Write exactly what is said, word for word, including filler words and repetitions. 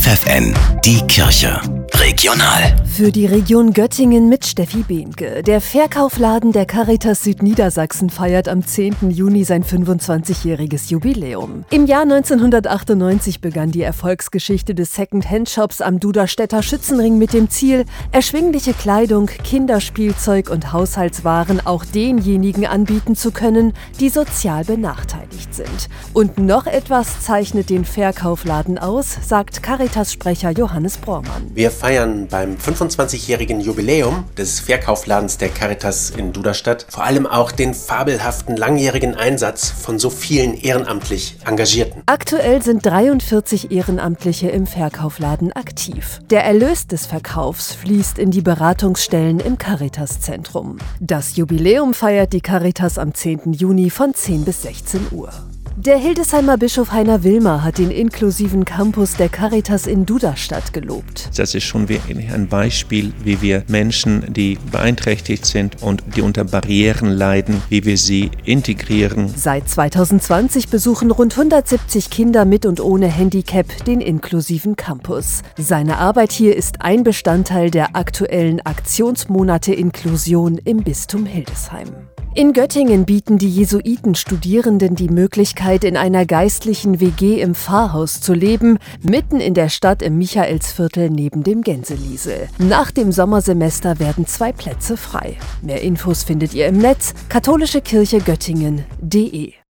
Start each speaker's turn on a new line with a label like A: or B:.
A: F F N, die Kirche. Regional.
B: Für die Region Göttingen mit Steffi Behnke. Der Verkaufladen der Caritas Südniedersachsen feiert am zehnten Juni sein fünfundzwanzigjähriges Jubiläum. Im Jahr neunzehnhundertachtundneunzig begann die Erfolgsgeschichte des Second-Hand-Shops am Duderstädter Schützenring mit dem Ziel, erschwingliche Kleidung, Kinderspielzeug und Haushaltswaren auch denjenigen anbieten zu können, die sozial benachteiligt sind. Und noch etwas zeichnet den Verkaufladen aus, sagt Caritas-Sprecher Johannes Bormann.
C: Wir feiern beim fünfundzwanzigjährigen Jubiläum des Verkaufladens der Caritas in Duderstadt vor allem auch den fabelhaften langjährigen Einsatz von so vielen ehrenamtlich Engagierten.
B: Aktuell sind dreiundvierzig Ehrenamtliche im Verkaufladen aktiv. Der Erlös des Verkaufs fließt in die Beratungsstellen im Caritas-Zentrum. Das Jubiläum feiert die Caritas am zehnten Juni von zehn bis sechzehn Uhr. Der Hildesheimer Bischof Heiner Wilmer hat den inklusiven Campus der Caritas in Duderstadt gelobt.
D: Das ist schon wirklich ein Beispiel, wie wir Menschen, die beeinträchtigt sind und die unter Barrieren leiden, wie wir sie integrieren.
B: Seit zweitausendzwanzig besuchen rund hundertsiebzig Kinder mit und ohne Handicap den inklusiven Campus. Seine Arbeit hier ist ein Bestandteil der aktuellen Aktionsmonate Inklusion im Bistum Hildesheim. In Göttingen bieten die Jesuiten Studierenden die Möglichkeit, in einer geistlichen W G im Pfarrhaus zu leben, mitten in der Stadt im Michaelsviertel neben dem Gänseliesel. Nach dem Sommersemester werden zwei Plätze frei. Mehr Infos findet ihr im Netz katholische kirche göttingen punkt de.